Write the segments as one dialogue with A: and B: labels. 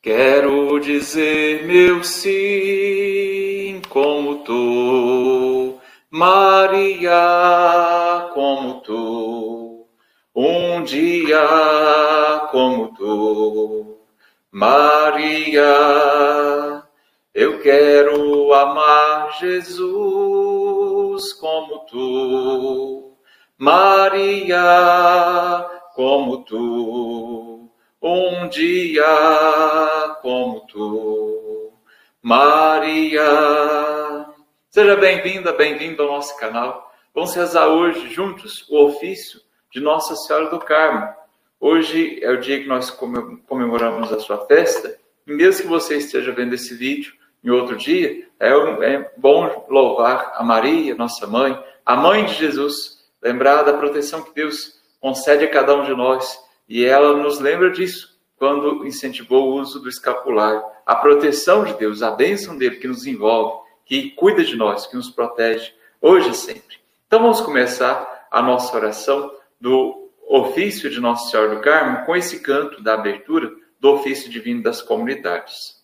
A: Quero dizer meu sim como tu, Maria, como tu, um dia como tu, Maria. Eu quero amar Jesus como tu, Maria, como tu, um dia como tu, Maria. Seja bem-vinda, bem-vindo ao nosso canal. Vamos rezar hoje juntos o ofício de Nossa Senhora do Carmo. Hoje é o dia que nós comemoramos a sua festa, e mesmo que você esteja vendo esse vídeo em outro dia, é bom louvar a Maria, nossa mãe, a mãe de Jesus, lembrar da proteção que Deus concede a cada um de nós, e ela nos lembra disso quando incentivou o uso do escapular, a proteção de Deus, a bênção dele que nos envolve, que cuida de nós, que nos protege, hoje e sempre. Então vamos começar a nossa oração do ofício de Nossa Senhora do Carmo com esse canto da abertura do ofício divino das comunidades.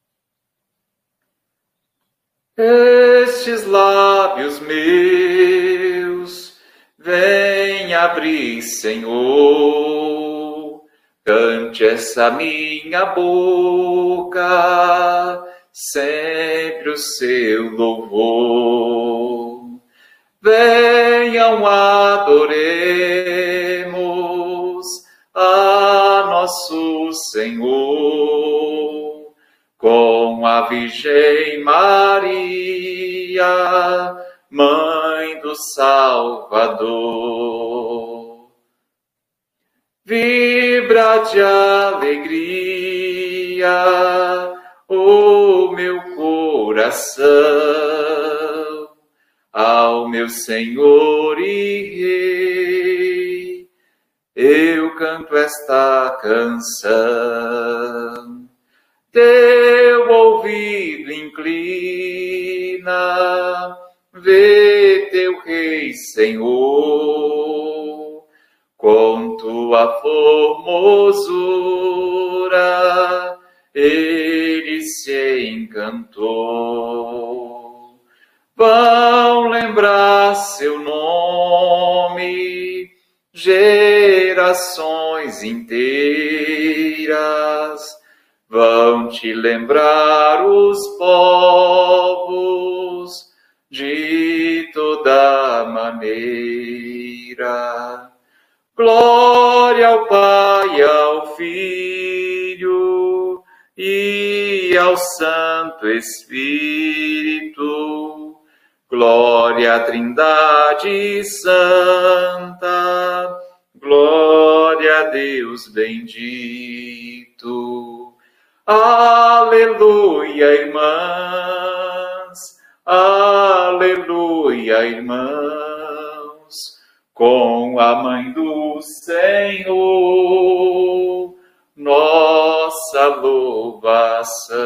A: Estes lábios meus, vem abrir, Senhor, cante essa minha boca, sempre o seu louvor. Venham, adoremos a nosso Senhor, com a Virgem Maria, Mãe do Salvador. Vibra de alegria o meu coração ao meu Senhor e Rei. Eu canto esta canção. Teu ouvido inclina, vê teu Rei, Senhor, com tua formosura, ele se encantou. Vão lembrar seu nome, gerações inteiras, vão te lembrar os povos de toda maneira. Glória ao Pai, ao Filho e ao Santo Espírito. Glória à Trindade Santa. Glória a Deus bendito. Aleluia, irmãs, aleluia, irmãos, com a Mãe do Senhor, nossa louvação.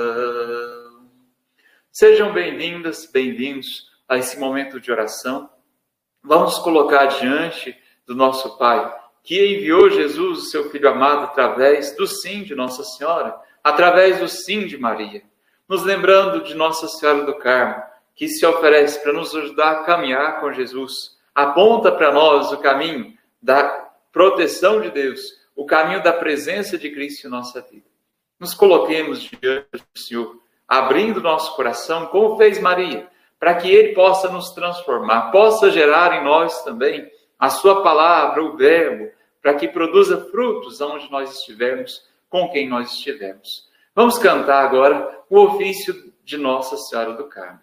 A: Sejam bem-vindas, bem-vindos a esse momento de oração. Vamos colocar diante do nosso Pai, que enviou Jesus, o seu Filho amado, através do sim de Nossa Senhora, através do sim de Maria, nos lembrando de Nossa Senhora do Carmo, que se oferece para nos ajudar a caminhar com Jesus, aponta para nós o caminho da proteção de Deus, o caminho da presença de Cristo em nossa vida. Nos coloquemos diante do Senhor, abrindo nosso coração, como fez Maria, para que Ele possa nos transformar, possa gerar em nós também a sua palavra, o verbo, para que produza frutos onde nós estivermos, com quem nós estivermos. Vamos cantar agora o ofício de Nossa Senhora do Carmo.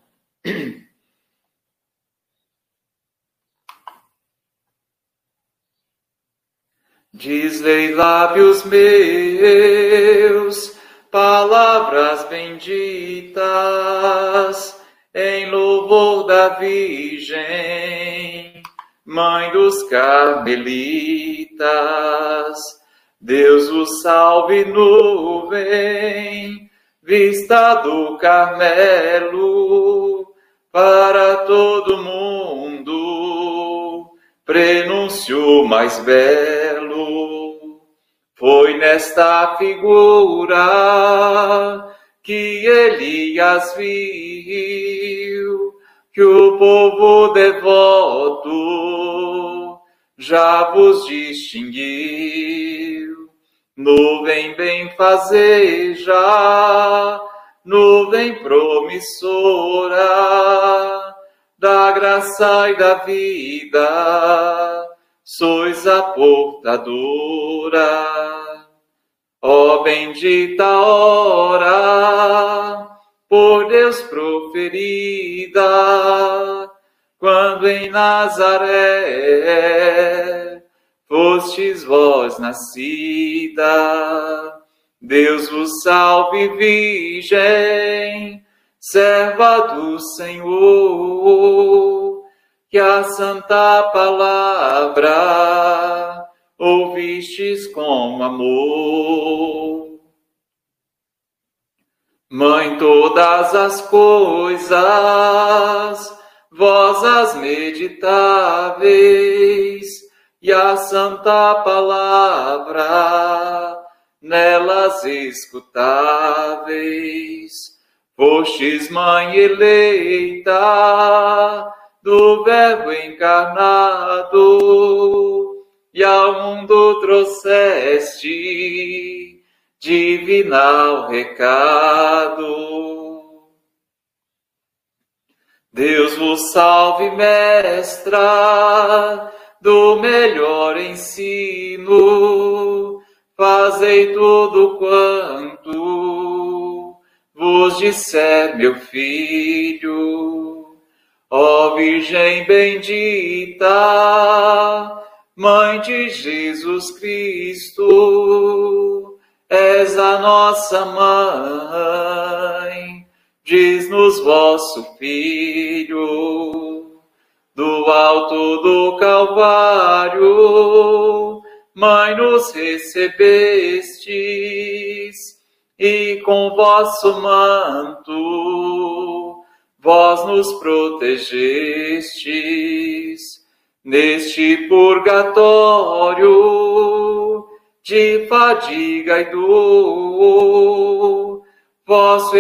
A: Diz-lhe, lábios meus, palavras benditas, em louvor da Virgem, Mãe dos Carmelitas. Deus o salve, nuvem, vista do Carmelo, para todo mundo, prenúncio mais belo. Foi nesta figura que Elias viu que o povo devoto já vos distinguiu. Nuvem benfazeja, nuvem promissora, da graça e da vida, sois a portadora. Ó bendita hora, por Deus proferida, quando em Nazaré fostes vós nascida. Deus vos salve, Virgem, serva do Senhor, que a santa palavra ouvistes com amor. Mãe, todas as coisas, vós as meditáveis, e a santa palavra nelas escutáveis. Fostes mãe eleita do Verbo encarnado, e ao mundo trouxeste divinal recado. Deus vos salve, mestra do melhor ensino, fazei tudo quanto vos disser meu filho. Ó Virgem bendita, Mãe de Jesus Cristo, és a nossa mãe, diz-nos vosso Filho. Do alto do Calvário, Mãe, nos recebestes, e com vosso manto vós nos protegestes. Neste purgatório de fadiga e dor, vosso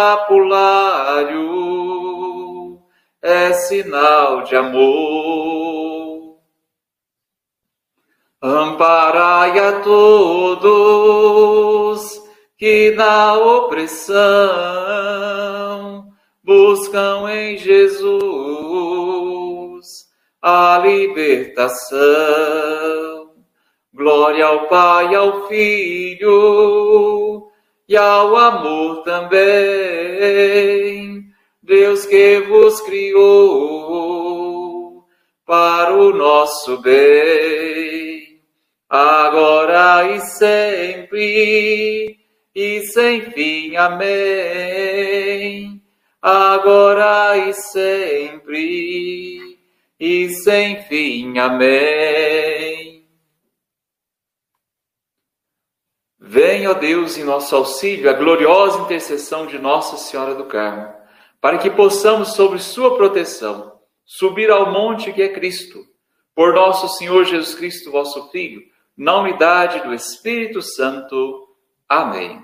A: escapulário é sinal de amor. Amparai a todos que na opressão buscam em Jesus a libertação. Glória ao Pai, ao Filho e ao amor também, Deus que vos criou para o nosso bem, agora e sempre e sem fim. Amém. Agora e sempre e sem fim. Amém. Venha, ó Deus, em nosso auxílio, a gloriosa intercessão de Nossa Senhora do Carmo, para que possamos, sob sua proteção, subir ao monte que é Cristo, por nosso Senhor Jesus Cristo, vosso Filho, na unidade do Espírito Santo. Amém.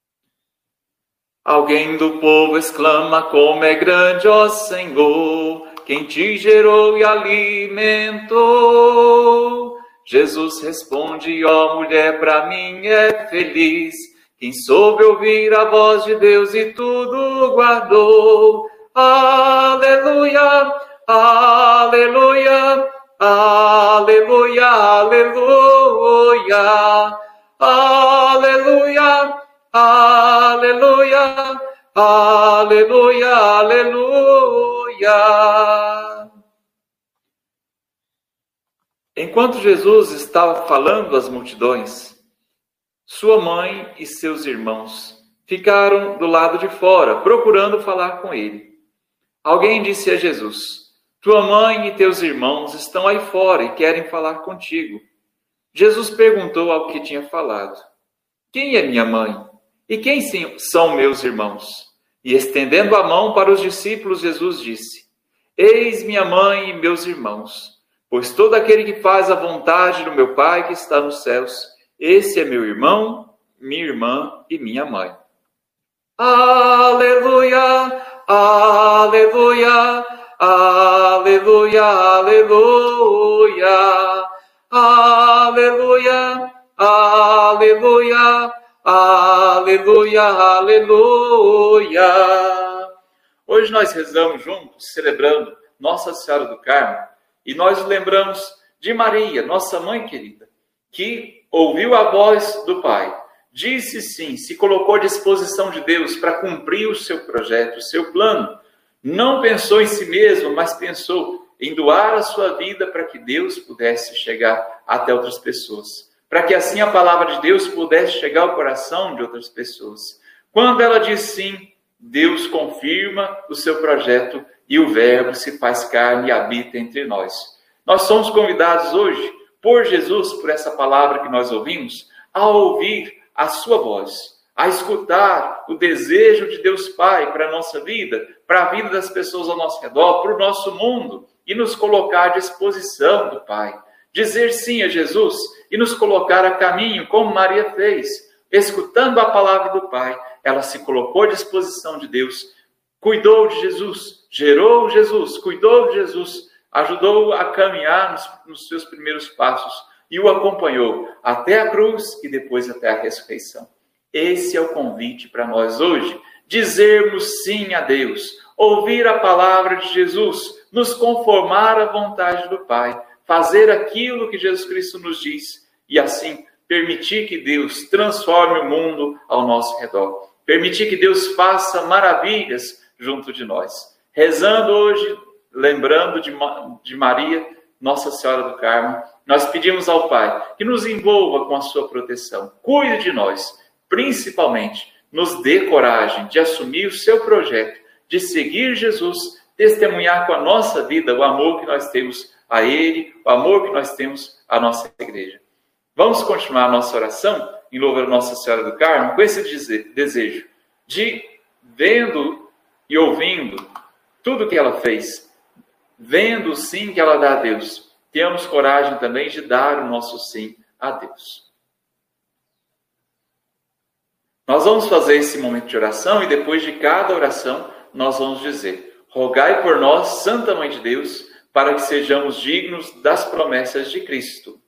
A: Alguém do povo exclama: como é grande, ó Senhor, quem te gerou e alimentou. Jesus responde: ó mulher, para mim é feliz quem soube ouvir a voz de Deus e tudo guardou. Aleluia, aleluia, aleluia, aleluia, aleluia, aleluia, aleluia, aleluia. Enquanto Jesus estava falando às multidões, sua mãe e seus irmãos ficaram do lado de fora, procurando falar com ele. Alguém disse a Jesus: tua mãe e teus irmãos estão aí fora e querem falar contigo. Jesus perguntou ao que tinha falado: quem é minha mãe? E quem são meus irmãos? E estendendo a mão para os discípulos, Jesus disse: eis minha mãe e meus irmãos, pois todo aquele que faz a vontade do meu Pai que está nos céus, Esse é meu irmão, minha irmã e minha mãe. Aleluia, aleluia, aleluia, aleluia, aleluia, aleluia, aleluia, aleluia. Hoje nós rezamos juntos, celebrando Nossa Senhora do Carmo, e nós lembramos de Maria, nossa mãe querida, que ouviu a voz do Pai, disse sim, se colocou à disposição de Deus para cumprir o seu projeto, o seu plano. Não pensou em si mesmo, mas pensou em doar a sua vida para que Deus pudesse chegar até outras pessoas, para que assim a palavra de Deus pudesse chegar ao coração de outras pessoas. Quando ela diz sim, Deus confirma o seu projeto e o Verbo se faz carne e habita entre nós. Nós somos convidados hoje, por Jesus, por essa palavra que nós ouvimos, a ouvir a sua voz, a escutar o desejo de Deus Pai para a nossa vida, para a vida das pessoas ao nosso redor, para o nosso mundo, e nos colocar à disposição do Pai. Dizer sim a Jesus e nos colocar a caminho, como Maria fez, escutando a palavra do Pai. Ela se colocou à disposição de Deus, cuidou de Jesus, gerou Jesus, cuidou de Jesus, ajudou a caminhar nos seus primeiros passos e o acompanhou até a cruz e depois até a ressurreição. Esse é o convite para nós hoje, dizermos sim a Deus, ouvir a palavra de Jesus, nos conformar à vontade do Pai, fazer aquilo que Jesus Cristo nos diz e assim permitir que Deus transforme o mundo ao nosso redor, permitir que Deus faça maravilhas junto de nós. Rezando hoje, lembrando de Maria, Nossa Senhora do Carmo, nós pedimos ao Pai que nos envolva com a sua proteção, cuide de nós, principalmente nos dê coragem de assumir o seu projeto, de seguir Jesus, testemunhar com a nossa vida o amor que nós temos a Ele, o amor que nós temos à nossa igreja. Vamos continuar a nossa oração em louvor a Nossa Senhora do Carmo com esse desejo de, vendo e ouvindo tudo que ela fez, vendo o sim que ela dá a Deus, tenhamos coragem também de dar o nosso sim a Deus. Nós vamos fazer esse momento de oração e depois de cada oração nós vamos dizer: rogai por nós, Santa Mãe de Deus, para que sejamos dignos das promessas de Cristo.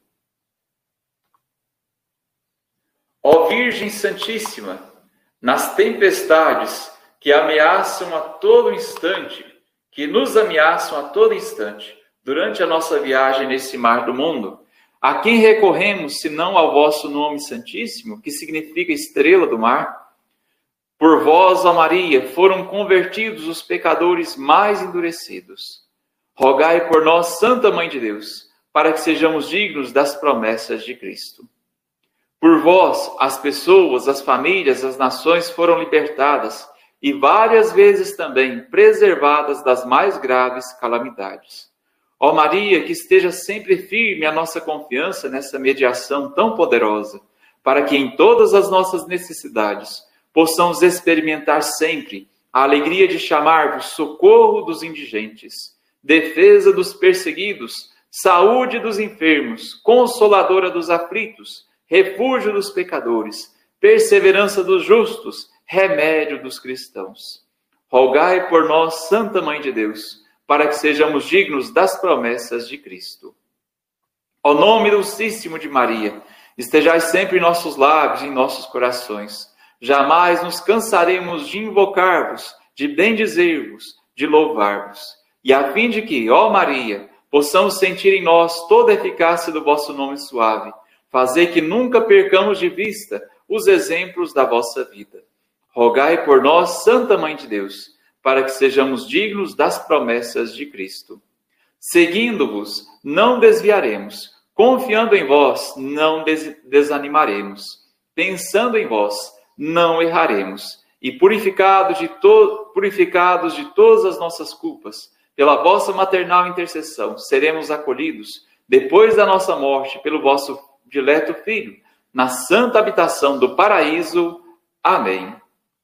A: Ó Virgem Santíssima, nas tempestades que ameaçam a todo instante, que nos ameaçam a todo instante, durante a nossa viagem nesse mar do mundo, a quem recorremos, senão ao vosso nome santíssimo, que significa estrela do mar? Por vós, ó Maria, foram convertidos os pecadores mais endurecidos. Rogai por nós, Santa Mãe de Deus, para que sejamos dignos das promessas de Cristo. Por vós, as pessoas, as famílias, as nações foram libertadas e várias vezes também preservadas das mais graves calamidades. Ó Maria, que esteja sempre firme a nossa confiança nessa mediação tão poderosa, para que em todas as nossas necessidades possamos experimentar sempre a alegria de chamar-vos socorro dos indigentes, defesa dos perseguidos, saúde dos enfermos, consoladora dos aflitos, refúgio dos pecadores, perseverança dos justos, remédio dos cristãos. Rogai por nós, Santa Mãe de Deus, para que sejamos dignos das promessas de Cristo. Ao nome dulcíssimo de Maria, estejais sempre em nossos lábios e em nossos corações. Jamais nos cansaremos de invocar-vos, de bendizer-vos, de louvar-vos. E a fim de que, ó Maria, possamos sentir em nós toda a eficácia do vosso nome suave, fazei que nunca percamos de vista os exemplos da vossa vida. Rogai por nós, Santa Mãe de Deus, para que sejamos dignos das promessas de Cristo. Seguindo-vos, não desviaremos. Confiando em vós, não desanimaremos. Pensando em vós, não erraremos. E purificados de todas as nossas culpas, pela vossa maternal intercessão, seremos acolhidos, depois da nossa morte, pelo vosso dileto Filho, na santa habitação do paraíso. Amém.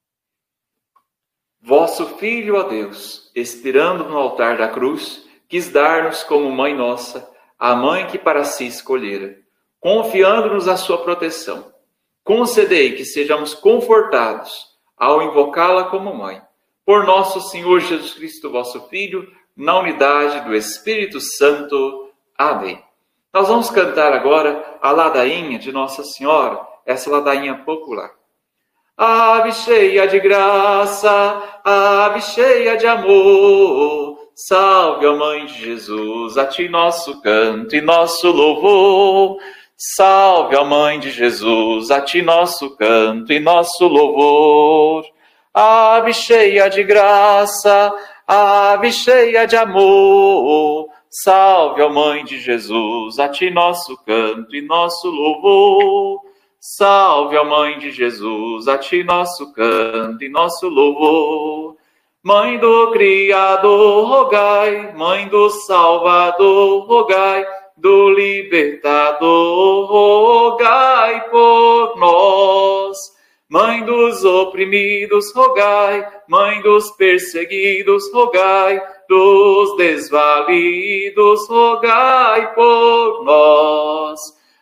A: Vosso Filho, ó Deus, expirando no altar da cruz, quis dar-nos como mãe nossa, a mãe que para si escolhera. confiando-nos à sua proteção. Concedei que sejamos confortados ao invocá-la como mãe. Por nosso Senhor Jesus Cristo, vosso Filho, na unidade do Espírito Santo. Amém. Nós vamos cantar agora a ladainha de Nossa Senhora, essa ladainha popular. Ave cheia de graça, ave cheia de amor, salve a Mãe de Jesus, a ti nosso canto e nosso louvor. Salve a Mãe de Jesus, a ti nosso canto e nosso louvor. Ave cheia de graça, ave cheia de amor, salve a Mãe de Jesus, a ti nosso canto e nosso louvor. Salve a Mãe de Jesus, a ti nosso canto e nosso louvor. Mãe do Criador, rogai, Mãe do Salvador, rogai, do Libertador, rogai por nós. Mãe dos oprimidos, rogai, Mãe dos perseguidos, rogai, dos desvalidos, rogai por nós.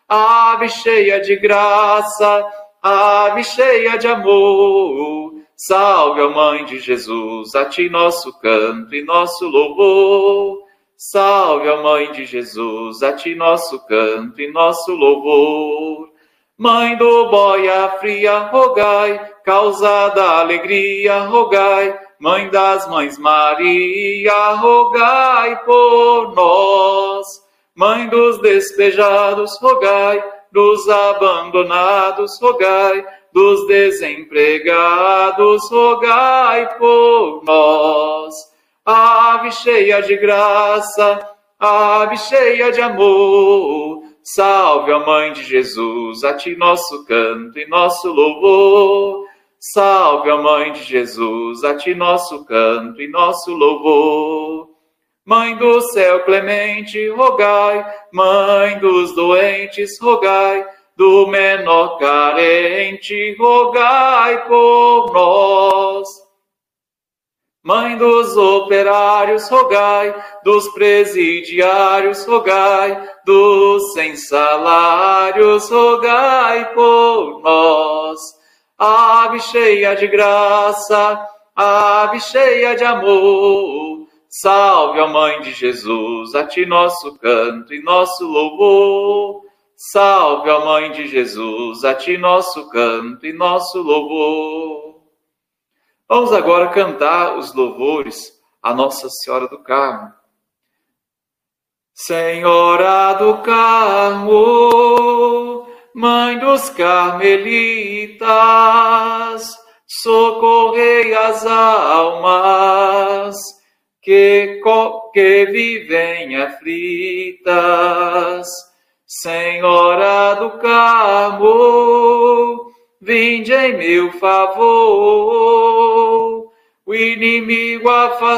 A: Ave cheia de graça, ave cheia de amor, salve a Mãe de Jesus, a ti nosso canto e nosso louvor. Salve a Mãe de Jesus, a ti nosso canto e nosso louvor. Mãe do boia fria, rogai, causa da alegria, rogai, Mãe das mães Maria, rogai por nós. Mãe dos despejados, rogai, dos abandonados, rogai, dos desempregados, rogai por nós. Ave cheia de graça, ave cheia de amor, salve a Mãe de Jesus, a ti nosso canto e nosso louvor. Salve a Mãe de Jesus, a ti nosso canto e nosso louvor. Mãe do céu clemente, rogai, Mãe dos doentes, rogai, do menor carente, rogai por nós. Mãe dos operários, rogai, dos presidiários, rogai, dos sem salários, rogai por nós. Ave cheia de graça, ave cheia de amor, salve a Mãe de Jesus, a ti nosso canto e nosso louvor. Salve a Mãe de Jesus, a ti nosso canto e nosso louvor. Vamos agora cantar os louvores a Nossa Senhora do Carmo. Senhora do Carmo, Mãe dos Carmelitas, socorrei as almas que vivem aflitas. Senhora do Carmo, vinde em meu favor, o inimigo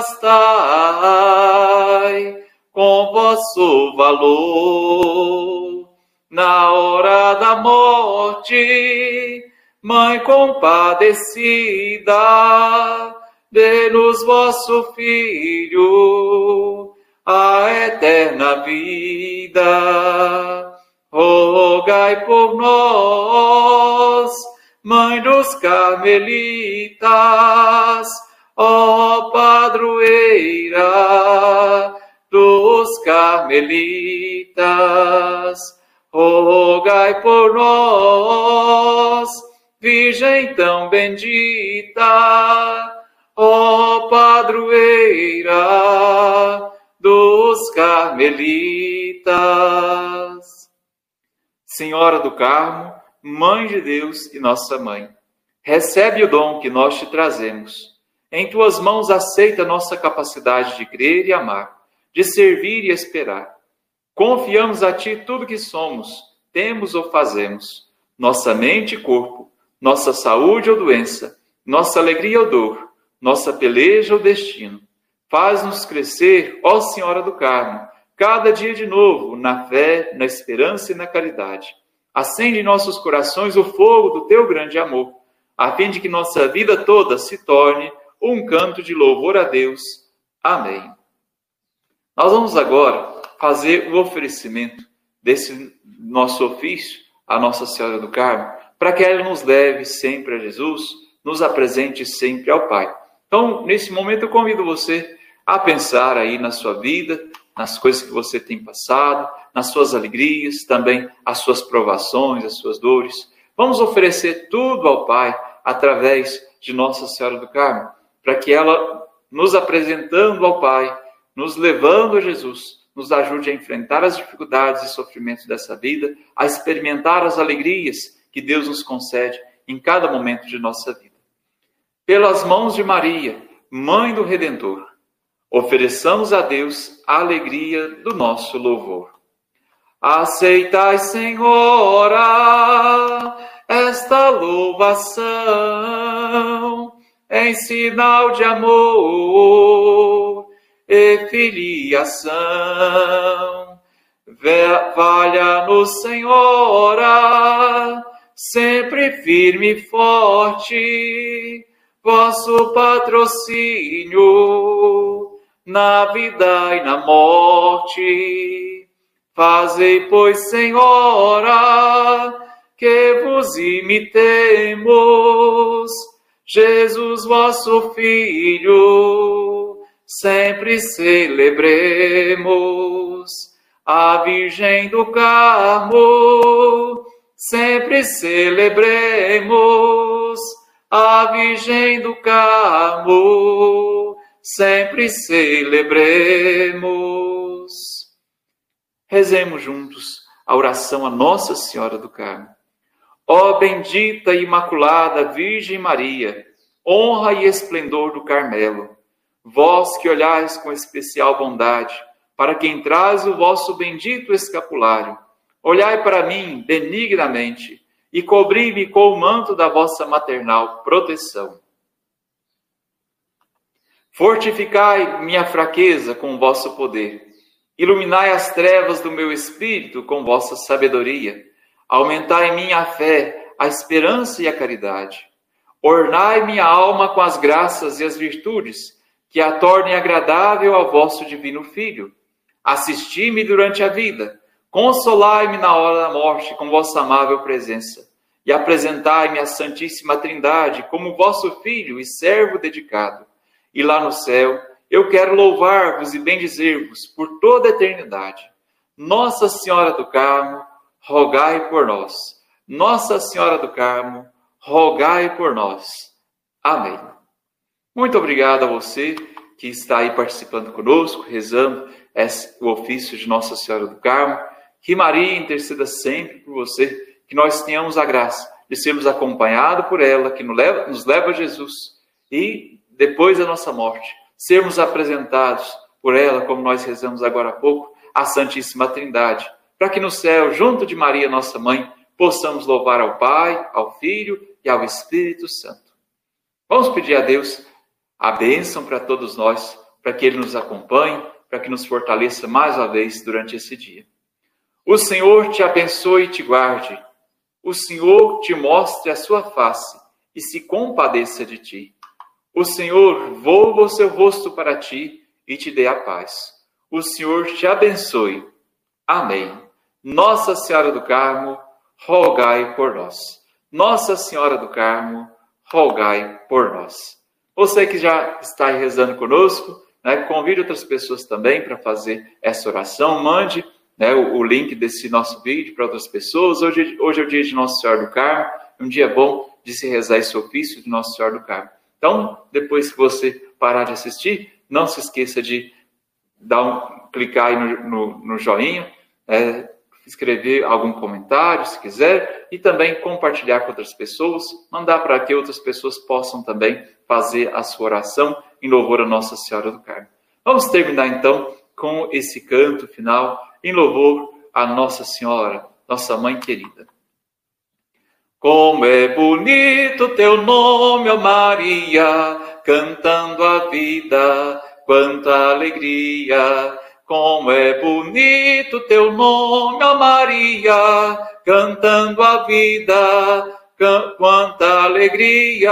A: afastai com vosso valor. Na hora da morte, Mãe compadecida, dê-nos vosso Filho a eterna vida. Rogai por nós, Mãe dos Carmelitas, ó padroeira dos Carmelitas. Rogai por nós, Virgem tão bendita, ó padroeira dos Carmelitas. Senhora do Carmo, Mãe de Deus e nossa Mãe, recebe o dom que nós te trazemos. Em tuas mãos aceita nossa capacidade de crer e amar, de servir e esperar. Confiamos a ti tudo que somos, temos ou fazemos, nossa mente e corpo, nossa saúde ou doença, nossa alegria ou dor, nossa peleja ou destino. Faz-nos crescer, ó Senhora do Carmo, cada dia de novo, na fé, na esperança e na caridade. Acende em nossos corações o fogo do teu grande amor, a fim de que nossa vida toda se torne um canto de louvor a Deus. Amém. Nós vamos agora fazer o oferecimento nosso ofício a Nossa Senhora do Carmo, para que ela nos leve sempre a Jesus, nos apresente sempre ao Pai. Então, nesse momento, eu convido você a pensar aí na sua vida, nas coisas que você tem passado, nas suas alegrias, também as suas provações, as suas dores. Vamos oferecer tudo ao Pai através de Nossa Senhora do Carmo, para que ela, nos apresentando ao Pai, nos levando a Jesus, nos ajude a enfrentar as dificuldades e sofrimentos dessa vida, a experimentar as alegrias que Deus nos concede em cada momento de nossa vida. Pelas mãos de Maria, Mãe do Redentor, ofereçamos a Deus a alegria do nosso louvor. Aceitai, Senhora, esta louvação, em sinal de amor e filiação. Valha-nos, Senhora, sempre firme e forte, vosso patrocínio na vida e na morte. Fazei, pois, Senhora, que vos imitemos, Jesus, vosso Filho, sempre celebremos. A Virgem do Carmo, sempre celebremos. A Virgem do Carmo, sempre celebremos. Rezemos juntos a oração a Nossa Senhora do Carmo. Ó bendita e imaculada Virgem Maria, honra e esplendor do Carmelo, vós que olhais com especial bondade para quem traz o vosso bendito escapulário, olhai para mim benignamente e cobri-me com o manto da vossa maternal proteção. Fortificai minha fraqueza com o vosso poder, iluminai as trevas do meu espírito com vossa sabedoria, aumentai em mim a fé, a esperança e a caridade. Ornai minha alma com as graças e as virtudes, que a tornem agradável ao vosso divino Filho. Assisti-me durante a vida, consolai-me na hora da morte com vossa amável presença, e apresentai-me a Santíssima Trindade como vosso Filho e servo dedicado. E lá no céu, eu quero louvar-vos e bendizer-vos por toda a eternidade. Nossa Senhora do Carmo, rogai por nós. Nossa Senhora do Carmo, rogai por nós. Amém. Muito obrigado a você que está aí participando conosco, rezando o ofício de Nossa Senhora do Carmo. Que Maria interceda sempre por você, que nós tenhamos a graça de sermos acompanhados por ela, que nos leva a Jesus, e depois da nossa morte, sermos apresentados por ela, como nós rezamos agora há pouco, à Santíssima Trindade, para que no céu, junto de Maria, nossa mãe, possamos louvar ao Pai, ao Filho e ao Espírito Santo. Vamos pedir a Deus a bênção para todos nós, para que Ele nos acompanhe, para que nos fortaleça mais uma vez durante esse dia. O Senhor te abençoe e te guarde. O Senhor te mostre a sua face e se compadeça de ti. O Senhor volva o seu rosto para ti e te dê a paz. O Senhor te abençoe. Amém. Nossa Senhora do Carmo, rogai por nós. Nossa Senhora do Carmo, rogai por nós. Você que já está aí rezando conosco, convide outras pessoas também para fazer essa oração. Mande o link desse nosso vídeo para outras pessoas. Hoje é o dia de Nossa Senhora do Carmo, um dia bom de se rezar esse ofício de Nossa Senhora do Carmo. Então, depois que você parar de assistir, não se esqueça de clicar aí no joinha, escrever algum comentário, se quiser, e também compartilhar com outras pessoas, mandar para que outras pessoas possam também fazer a sua oração em louvor a Nossa Senhora do Carmo. Vamos terminar então com esse canto final em louvor a Nossa Senhora, nossa Mãe querida. Como é bonito teu nome, ó Maria, cantando a vida, quanta alegria. Como é bonito teu nome, ó Maria, cantando a vida, quanta alegria.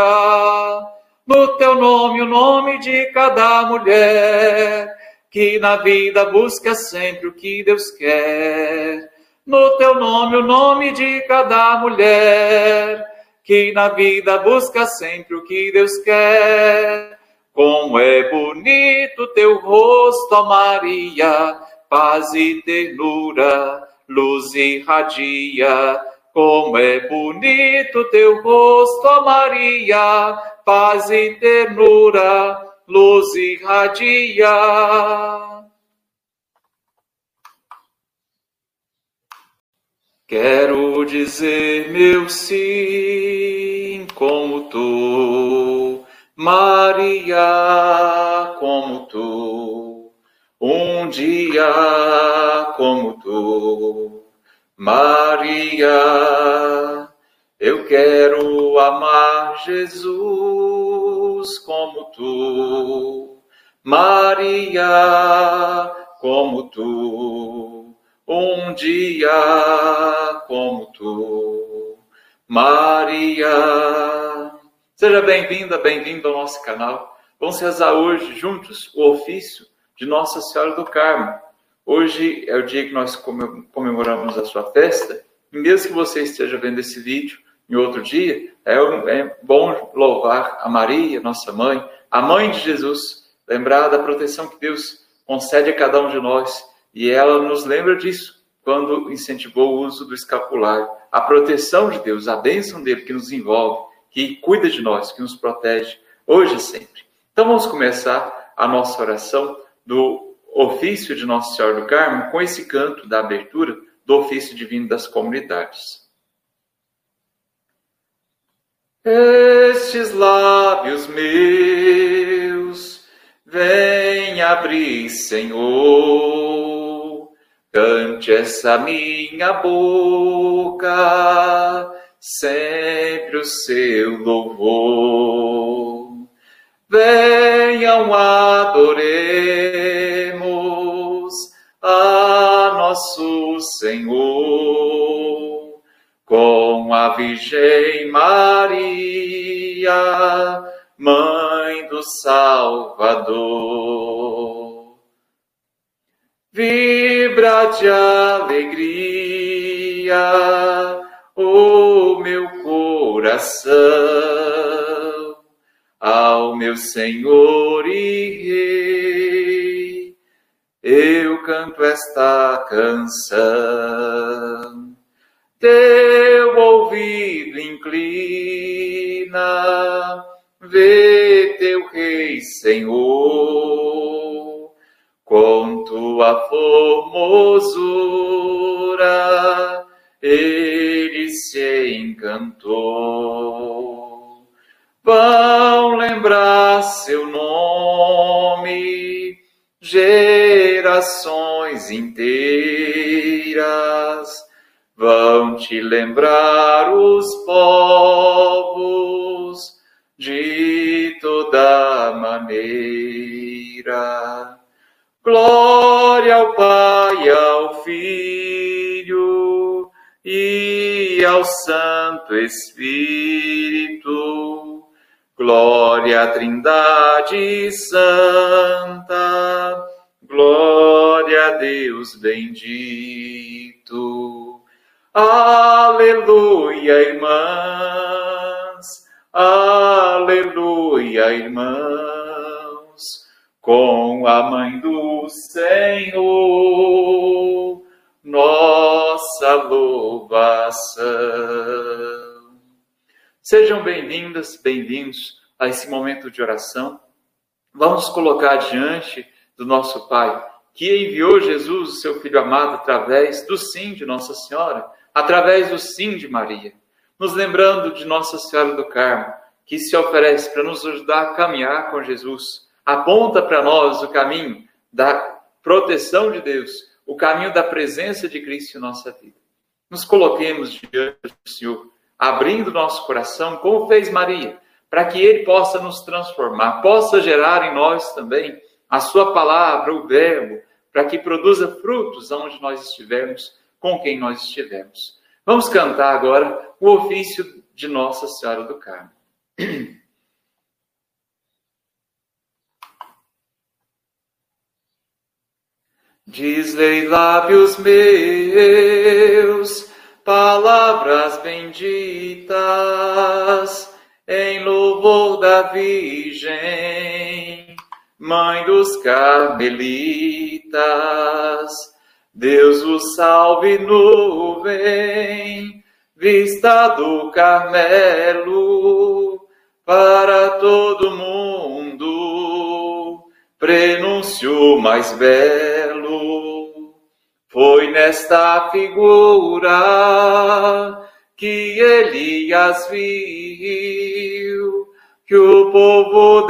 A: No teu nome, o nome de cada mulher, que na vida busca sempre o que Deus quer. no teu nome, o nome de cada mulher, que na vida busca sempre o que Deus quer. Como é bonito teu rosto, ó Maria, paz e ternura, luz irradia. Como é bonito teu rosto, ó Maria, paz e ternura, luz irradia. Quero dizer meu sim como tu, Maria, como tu, um dia como tu, Maria. Eu quero amar Jesus como tu, Maria, como tu. Um dia como tu, Maria. Seja bem-vinda, bem-vindo ao nosso canal. Vamos rezar hoje juntos o ofício de Nossa Senhora do Carmo. Hoje é o dia que nós comemoramos a sua festa. E mesmo que você esteja vendo esse vídeo em outro dia, é bom louvar a Maria, nossa mãe, a mãe de Jesus, lembrar da proteção que Deus concede a cada um de nós. E ela nos lembra disso quando incentivou o uso do escapulário. A proteção de Deus, a bênção dele que nos envolve, que cuida de nós, que nos protege, hoje e sempre. Então vamos começar a nossa oração do ofício de Nossa Senhora do Carmo com esse canto da abertura do ofício divino das comunidades. Estes lábios meus, vem abrir, Senhor, cante essa minha boca, sempre o seu louvor. Venham, adoremos a nosso Senhor, com a Virgem Maria, Mãe do Salvador. Vibra de alegria o meu coração ao meu Senhor e Rei. Eu canto esta canção. Teu ouvido inclina, vê teu Rei, Senhor, com tua formosura, ele se encantou. Vão lembrar seu nome, gerações inteiras, vão te lembrar os povos de toda maneira. Glória ao Pai, ao Filho e ao Santo Espírito. Glória à Trindade Santa. Glória a Deus bendito. Aleluia, irmãs. Aleluia, irmãos. Com a Mãe do Senhor, nossa louvação. Sejam bem-vindas, bem-vindos a esse momento de oração. Vamos colocar diante do nosso Pai, que enviou Jesus, o seu Filho amado, através do sim de Nossa Senhora, através do sim de Maria, nos lembrando de Nossa Senhora do Carmo, que se oferece para nos ajudar a caminhar com Jesus, aponta para nós o caminho da proteção de Deus, o caminho da presença de Cristo em nossa vida. Nos coloquemos diante do Senhor, abrindo nosso coração, como fez Maria, para que Ele possa nos transformar, possa gerar em nós também a sua palavra, o verbo, para que produza frutos onde nós estivermos, com quem nós estivermos. Vamos cantar agora o ofício de Nossa Senhora do Carmo. Diz-lhe lábios meus, palavras benditas, em louvor da Virgem, Mãe dos Carmelitas. Deus o salve, nuvem, vista do Carmelo, para todo mundo, prenúncio mais belo. Foi nesta figura que Elias viu, que o povo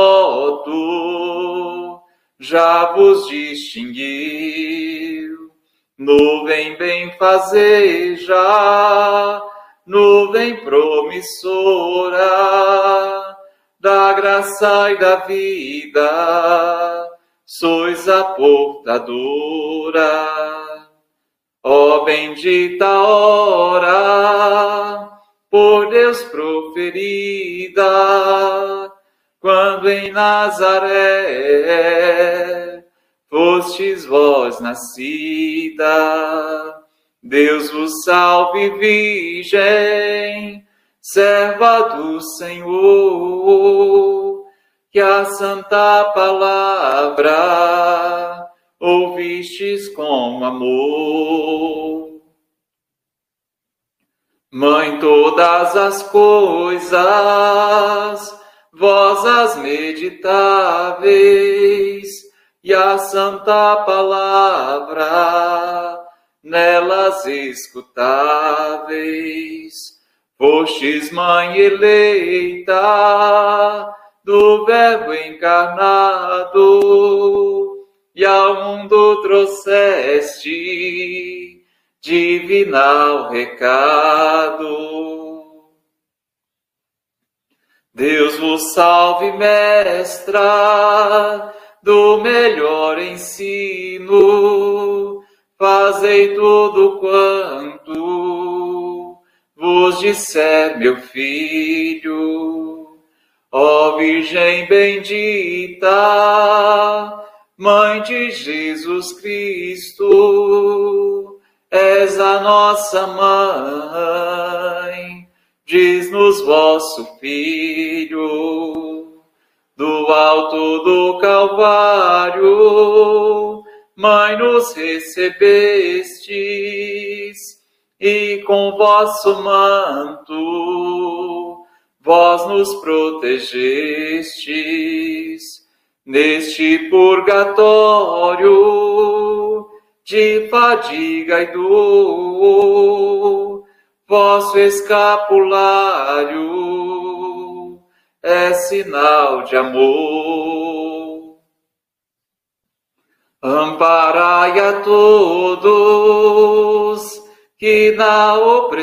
A: devoto já vos distinguiu. Nuvem benfazeja, nuvem promissora, da graça e da vida, sois a portadora. Ó bendita hora, por Deus proferida, quando em Nazaré fostes vós nascida. Deus vos salve, Virgem, serva do Senhor, que a santa palavra ouvistes com amor. Mãe, todas as coisas, vós as meditáveis, e a santa palavra nelas escutáveis. Fostes mãe eleita do Verbo encarnado, e ao mundo trouxeste divinal recado. Deus vos salve, mestra do melhor ensino, fazei tudo quanto vos disser, meu filho. Ó Virgem bendita, Mãe de Jesus Cristo, és a nossa mãe, diz-nos vosso Filho. Do alto do Calvário, Mãe, nos recebestes, e com vosso manto vós nos protegestes. Neste purgatório de fadiga e dor, vosso escapulário é sinal de amor. Amparai a todos que na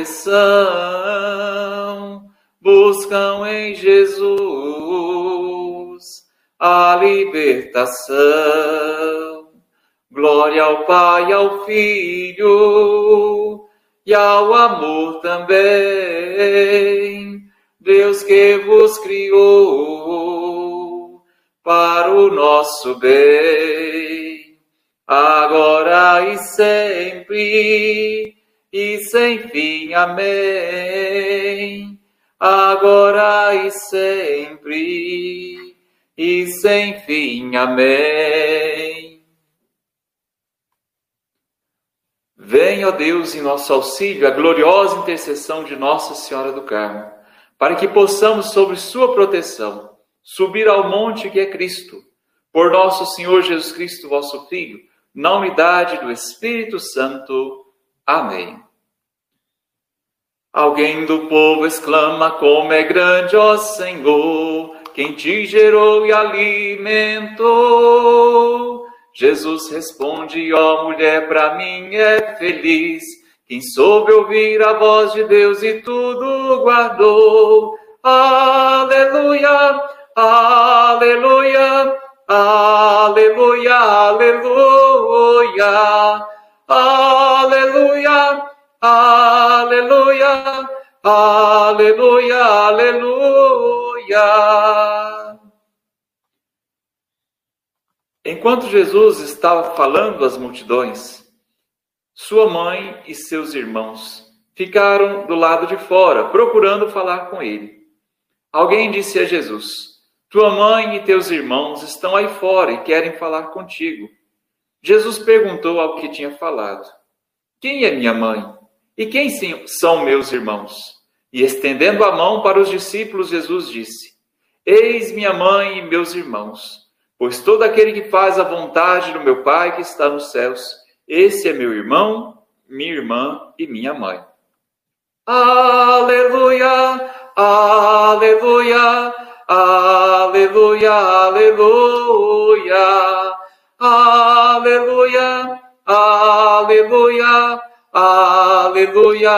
A: opressão buscam em Jesus a libertação. Glória ao Pai, ao Filho e ao amor também, Deus que vos criou para o nosso bem, agora e sempre e sem fim. Amém. Agora e sempre e sem fim. Amém. Venha, ó Deus, em nosso auxílio, a gloriosa intercessão de Nossa Senhora do Carmo, para que possamos, sob sua proteção, subir ao monte que é Cristo, por nosso Senhor Jesus Cristo, vosso Filho, na unidade do Espírito Santo. Amém. Alguém do povo exclama: como é grande, ó Senhor, quem te gerou e alimentou. Jesus responde: ó mulher, para mim é feliz quem soube ouvir a voz de Deus e tudo guardou. Aleluia, aleluia, aleluia, aleluia, aleluia, aleluia, aleluia, aleluia. Enquanto Jesus estava falando às multidões, sua mãe e seus irmãos ficaram do lado de fora, procurando falar com ele. Alguém disse a Jesus: tua mãe e teus irmãos estão aí fora e querem falar contigo. Jesus perguntou ao que tinha falado: quem é minha mãe? E quem são meus irmãos? E estendendo a mão para os discípulos, Jesus disse: eis minha mãe e meus irmãos, pois todo aquele que faz a vontade do meu Pai que está nos céus, esse é meu irmão, minha irmã e minha mãe. Aleluia, aleluia, aleluia, aleluia, aleluia, aleluia, aleluia,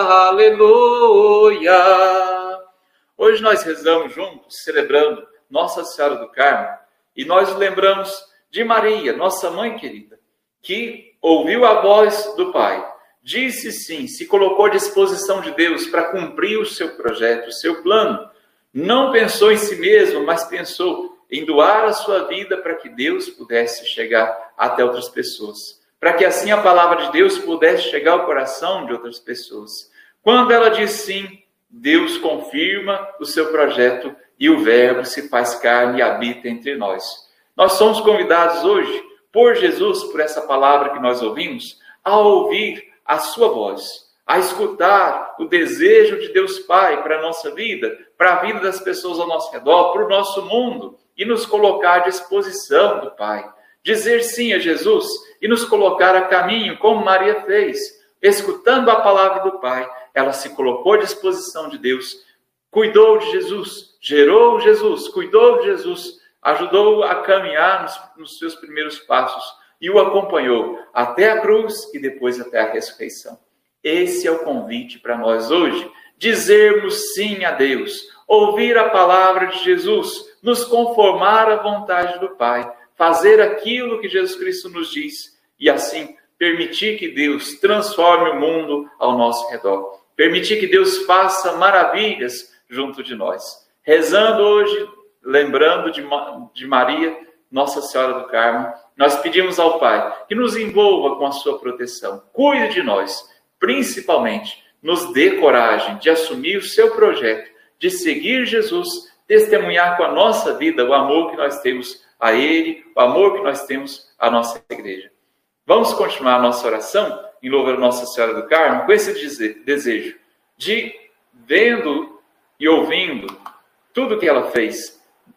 A: aleluia. Hoje nós rezamos juntos, celebrando Nossa Senhora do Carmo, e nós lembramos de Maria, nossa mãe querida, que ouviu a voz do Pai, disse sim, se colocou à disposição de Deus para cumprir o seu projeto, o seu plano. Não pensou em si mesmo, mas pensou em doar a sua vida para que Deus pudesse chegar até outras pessoas, para que assim a palavra de Deus pudesse chegar ao coração de outras pessoas. Quando ela diz sim, Deus confirma o seu projeto e o Verbo se faz carne e habita entre nós. Nós somos convidados hoje, por Jesus, por essa palavra que nós ouvimos, a ouvir a sua voz, a escutar o desejo de Deus Pai para a nossa vida, para a vida das pessoas ao nosso redor, para o nosso mundo, e nos colocar à disposição do Pai. Dizer sim a Jesus e nos colocar a caminho, como Maria fez, escutando a palavra do Pai. Ela se colocou à disposição de Deus, cuidou de Jesus, gerou Jesus, cuidou de Jesus, ajudou a caminhar nos seus primeiros passos e o acompanhou até a cruz e depois até a ressurreição. Esse é o convite para nós hoje, dizermos sim a Deus, ouvir a palavra de Jesus, nos conformar à vontade do Pai, fazer aquilo que Jesus Cristo nos diz e assim permitir que Deus transforme o mundo ao nosso redor, permitir que Deus faça maravilhas junto de nós. Rezando hoje, lembrando de Maria, Nossa Senhora do Carmo, nós pedimos ao Pai que nos envolva com a sua proteção, cuide de nós, principalmente nos dê coragem de assumir o seu projeto, de seguir Jesus, testemunhar com a nossa vida o amor que nós temos a Ele, o amor que nós temos à nossa igreja. Vamos continuar a nossa oração em louvor a Nossa Senhora do Carmo com esse desejo de, vendo e ouvindo tudo que ela fez,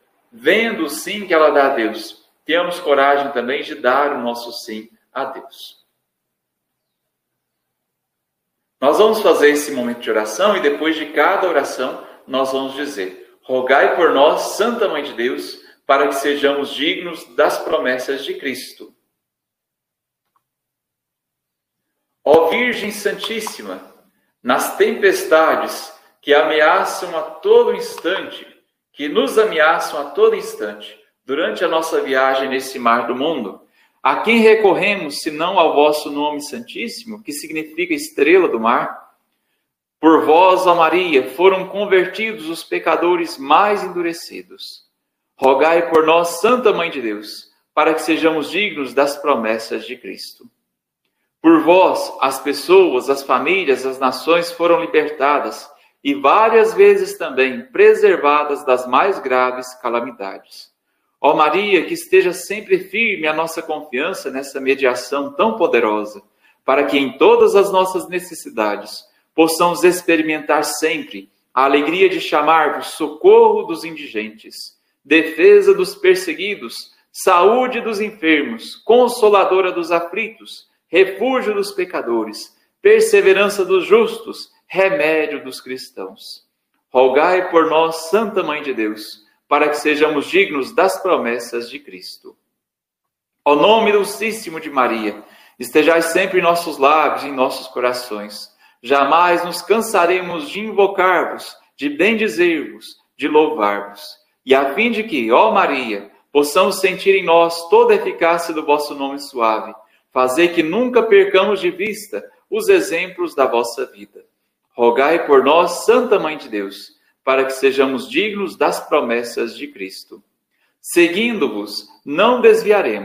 A: vendo o sim que ela dá a Deus, tenhamos coragem também de dar o nosso sim a Deus. Nós vamos fazer esse momento de oração e depois de cada oração nós vamos dizer: rogai por nós, Santa Mãe de Deus, para que sejamos dignos das promessas de Cristo. Ó Virgem Santíssima, nas tempestades que ameaçam a todo instante, que nos ameaçam a todo instante, durante a nossa viagem nesse mar do mundo, a quem recorremos, senão ao vosso nome santíssimo, que significa estrela do mar? Por vós, ó Maria, foram convertidos os pecadores mais endurecidos. Rogai por nós, Santa Mãe de Deus, para que sejamos dignos das promessas de Cristo. Por vós, as pessoas, as famílias, as nações foram libertadas e várias vezes também preservadas das mais graves calamidades. Ó Maria, que esteja sempre firme a nossa confiança nessa mediação tão poderosa, para que em todas as nossas necessidades possamos experimentar sempre a alegria de chamar-vos socorro dos indigentes, defesa dos perseguidos, saúde dos enfermos, consoladora dos aflitos, refúgio dos pecadores, perseverança dos justos, remédio dos cristãos. Rogai por nós, Santa Mãe de Deus, para que sejamos dignos das promessas de Cristo. Ó nome dulcíssimo de Maria, estejais sempre em nossos lábios e em nossos corações. Jamais nos cansaremos de invocar-vos, de bendizer-vos, de louvar-vos. E a fim de que, ó Maria, possamos sentir em nós toda a eficácia do vosso nome suave, fazei que nunca percamos de vista os exemplos da vossa vida. Rogai por nós, Santa Mãe de Deus, para que sejamos dignos das promessas de Cristo. Seguindo-vos, não desviaremos,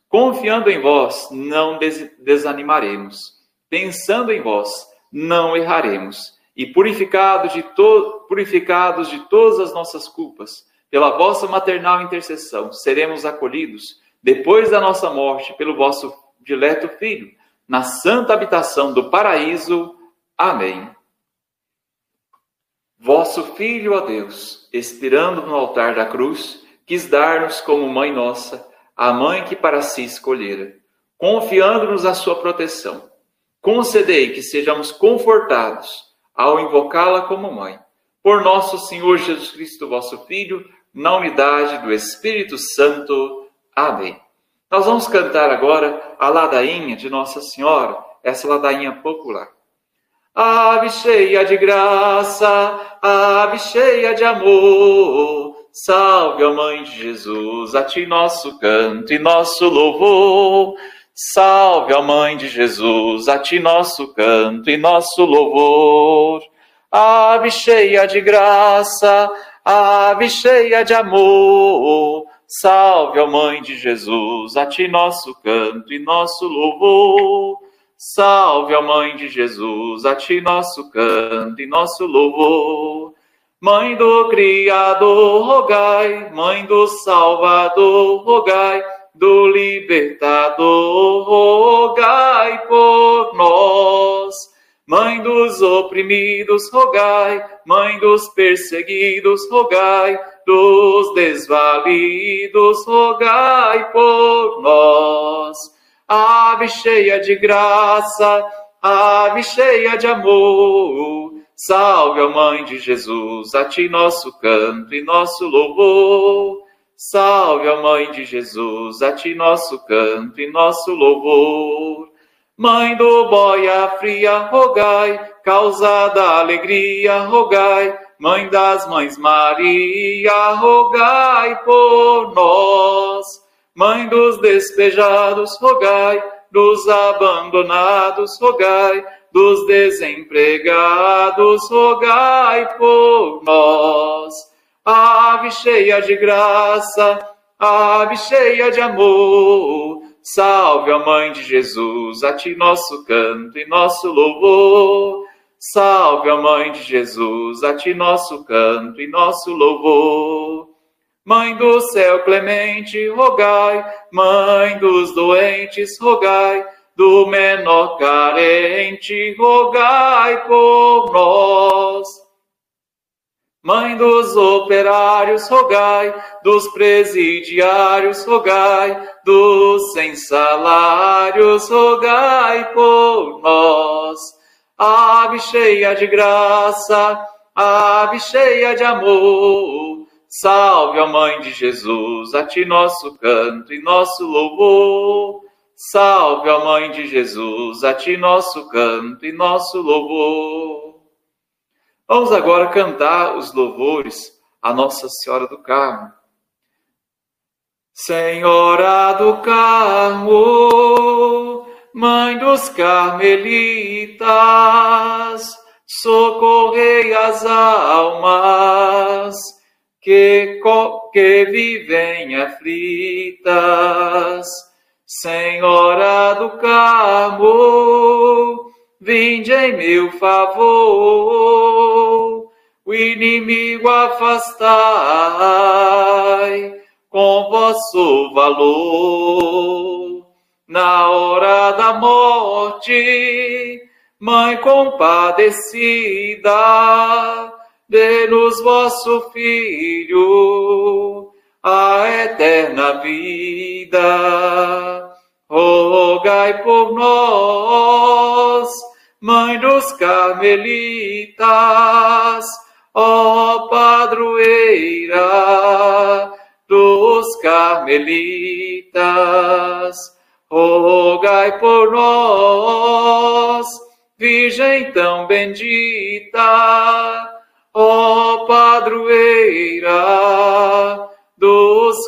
A: Confiando em vós, não desanimaremos. Pensando em vós, não erraremos. E purificados de todas as nossas culpas, pela vossa maternal intercessão, seremos acolhidos, depois da nossa morte, pelo vosso dileto Filho, na santa habitação do paraíso. Amém. Vosso Filho, ó Deus, expirando no altar da cruz, quis dar-nos como mãe nossa, a mãe que para si escolhera, confiando-nos a sua proteção. Concedei que sejamos confortados ao invocá-la como mãe. Por nosso Senhor Jesus Cristo, vosso Filho, na unidade do Espírito Santo. Amém. Nós vamos cantar agora a ladainha de Nossa Senhora, essa ladainha popular. Ave cheia de graça, ave cheia de amor, salve a Mãe de Jesus, a ti nosso canto e nosso louvor. Salve a Mãe de Jesus, a ti nosso canto e nosso louvor. Ave cheia de graça, ave cheia de amor, salve a Mãe de Jesus, a ti nosso canto e nosso louvor. Salve a Mãe de Jesus, a ti nosso canto e nosso louvor. Mãe do Criador, rogai, Mãe do Salvador, rogai, do Libertador, rogai por nós. Mãe dos oprimidos, rogai, Mãe dos perseguidos, rogai, dos desvalidos, rogai por nós. Ave cheia de graça, ave cheia de amor, salve a Mãe de Jesus, a ti nosso canto e nosso louvor. Salve a Mãe de Jesus, a ti nosso canto e nosso louvor. Mãe do boia fria, rogai, causa da alegria, rogai, Mãe das mães Maria, rogai por nós. Mãe dos despejados, rogai, dos abandonados, rogai, dos desempregados, rogai por nós. Ave cheia de graça, ave cheia de amor, salve a Mãe de Jesus, a ti nosso canto e nosso louvor. Salve a Mãe de Jesus, a ti nosso canto e nosso louvor. Mãe do céu clemente, rogai, Mãe dos doentes, rogai, do menor carente, rogai por nós. Mãe dos operários, rogai, dos presidiários, rogai, dos sem salários, rogai por nós. Ave cheia de graça, ave cheia de amor, salve a Mãe de Jesus, a ti nosso canto e nosso louvor. Salve a Mãe de Jesus, a ti nosso canto e nosso louvor. Vamos agora cantar os louvores a Nossa Senhora do Carmo. Senhora do Carmo, Mãe dos Carmelitas, socorrei as almas que vivem aflitas. Senhora do Carmo, vinde em meu favor, o inimigo afastai com vosso valor. Na hora da morte, Mãe compadecida, dê-nos vosso Filho a eterna vida. Rogai por nós, Mãe dos Carmelitas, ó padroeira dos Carmelitas. Rogai por nós, Virgem tão bendita, ó padroeira dos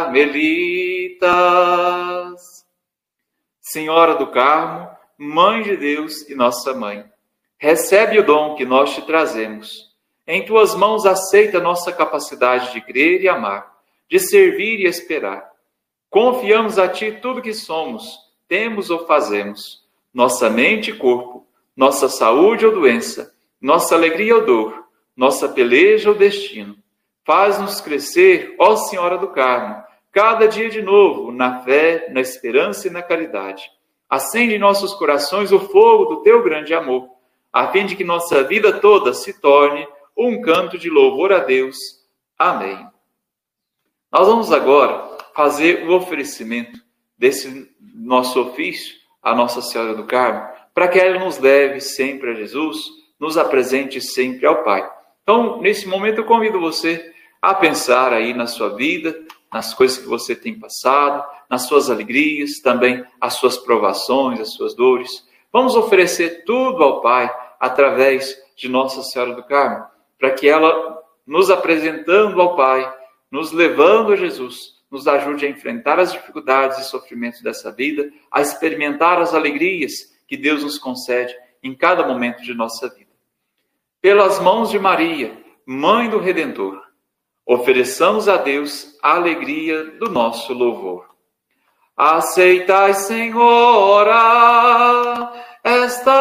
A: Carmelitas. Senhora do Carmo, Mãe de Deus e nossa Mãe, recebe o dom que nós te trazemos. Em tuas mãos aceita nossa capacidade de crer e amar, de servir e esperar. Confiamos a Ti tudo que somos, temos ou fazemos, nossa mente e corpo, nossa saúde ou doença, nossa alegria ou dor, nossa peleja ou destino. Faz-nos crescer, ó Senhora do Carmo, cada dia de novo, na fé, na esperança e na caridade. Acende em nossos corações o fogo do Teu grande amor, a fim de que nossa vida toda se torne um canto de louvor a Deus. Amém. Nós vamos agora fazer o oferecimento desse nosso ofício à Nossa Senhora do Carmo, para que ela nos leve sempre a Jesus, nos apresente sempre ao Pai. Então, nesse momento, eu convido você a pensar aí na sua vida, nas coisas que você tem passado, nas suas alegrias, também as suas provações, as suas dores. Vamos oferecer tudo ao Pai através de Nossa Senhora do Carmo, para que ela, nos apresentando ao Pai, nos levando a Jesus, nos ajude a enfrentar as dificuldades e sofrimentos dessa vida, a experimentar as alegrias que Deus nos concede em cada momento de nossa vida. Pelas mãos de Maria, Mãe do Redentor, ofereçamos a Deus a alegria do nosso louvor. Aceitai, Senhora, esta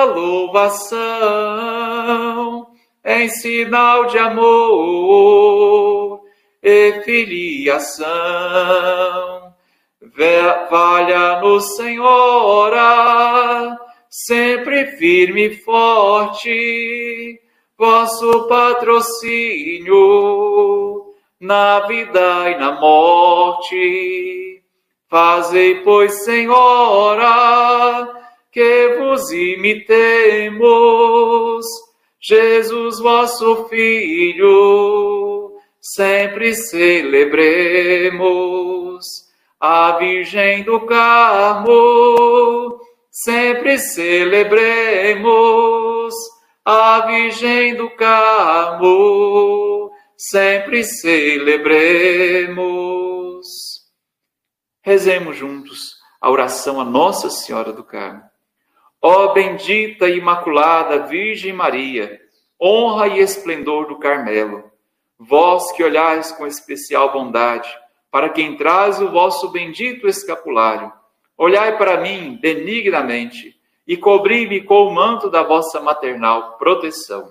A: louvação, em sinal de amor e filiação. Valha-nos, Senhora, sempre firme e forte, vosso patrocínio na vida e na morte. Fazei, pois, Senhora, que vos imitemos, Jesus, vosso Filho, sempre celebremos. A Virgem do Carmo, sempre celebremos. A Virgem do Carmo, sempre celebremos. Rezemos juntos a oração a Nossa Senhora do Carmo. Ó bendita e imaculada Virgem Maria, honra e esplendor do Carmelo, vós que olhais com especial bondade para quem traz o vosso bendito escapulário, olhai para mim benignamente e cobri-me com o manto da vossa maternal proteção.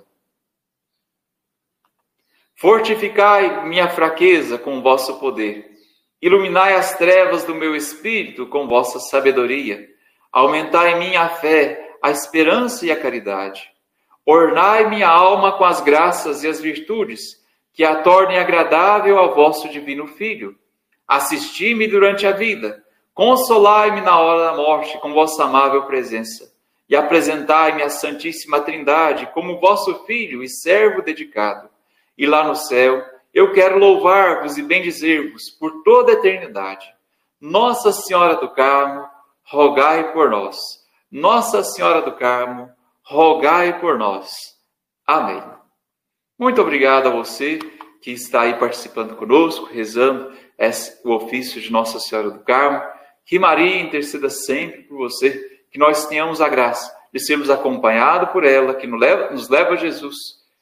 A: Fortificai minha fraqueza com o vosso poder, iluminai as trevas do meu espírito com vossa sabedoria, aumentai em mim a fé, a esperança e a caridade. Ornai minha alma com as graças e as virtudes, que a tornem agradável ao vosso divino Filho. Assisti-me durante a vida, consolai-me na hora da morte com vossa amável presença, e apresentai-me à Santíssima Trindade como vosso Filho e servo dedicado. E lá no céu, eu quero louvar-vos e bendizer-vos por toda a eternidade. Nossa Senhora do Carmo, rogai por nós. Nossa Senhora do Carmo, rogai por nós. Amém. Muito obrigado a você que está aí participando conosco, rezando o ofício de Nossa Senhora do Carmo. Que Maria interceda sempre por você, que nós tenhamos a graça de sermos acompanhados por ela, que nos leva a Jesus,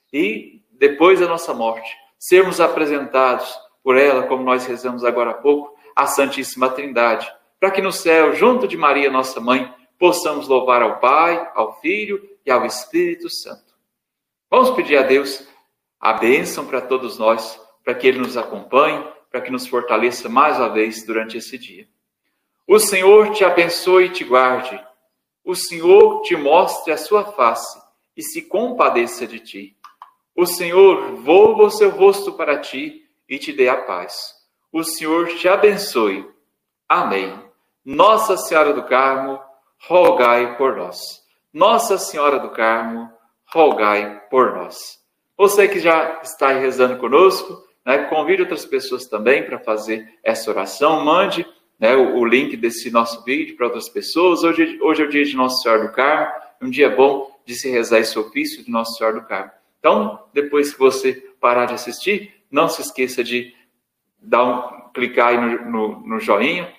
A: e depois da nossa morte, sermos apresentados por ela, como nós rezamos agora há pouco, à Santíssima Trindade, para que no céu, junto de Maria, nossa mãe, possamos louvar ao Pai, ao Filho e ao Espírito Santo. Vamos pedir a Deus a bênção para todos nós, para que Ele nos acompanhe, para que nos fortaleça mais uma vez durante esse dia. O Senhor te abençoe e te guarde. O Senhor te mostre a sua face e se compadeça de ti. O Senhor volva o seu rosto para ti e te dê a paz. O Senhor te abençoe. Amém. Nossa Senhora do Carmo, rogai por nós. Nossa Senhora do Carmo, rogai por nós. Você que já está aí rezando conosco, convide outras pessoas também para fazer essa oração. Mande o link desse nosso vídeo para outras pessoas. Hoje é o dia de Nossa Senhora do Carmo, um dia bom de se rezar esse ofício de Nossa Senhora do Carmo. Então, depois que você parar de assistir, não se esqueça de clicar aí no joinha,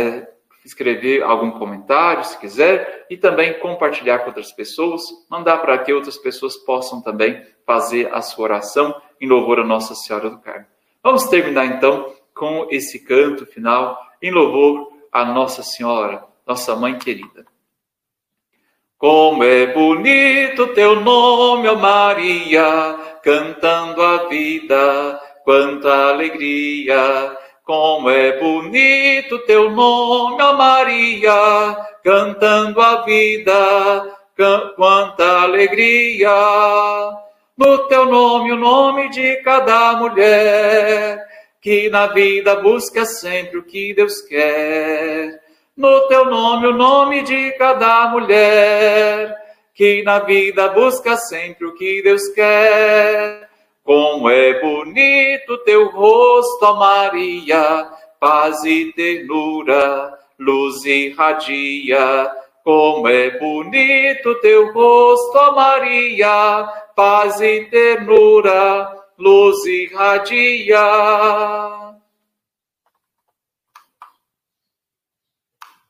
A: escrever algum comentário, se quiser, e também compartilhar com outras pessoas, mandar para que outras pessoas possam também fazer a sua oração em louvor a Nossa Senhora do Carmo. Vamos terminar então com esse canto final em louvor a Nossa Senhora, nossa mãe querida. Como é bonito teu nome, ó Maria, cantando a vida, quanta alegria. Como é bonito teu nome, ó Maria, cantando a vida, quanta alegria. No teu nome, o nome de cada mulher, que na vida busca sempre o que Deus quer. No teu nome, o nome de cada mulher, que na vida busca sempre o que Deus quer. Como é bonito teu rosto, ó Maria, paz e ternura, luz irradia. Como é bonito teu rosto, ó Maria, paz e ternura, luz irradia.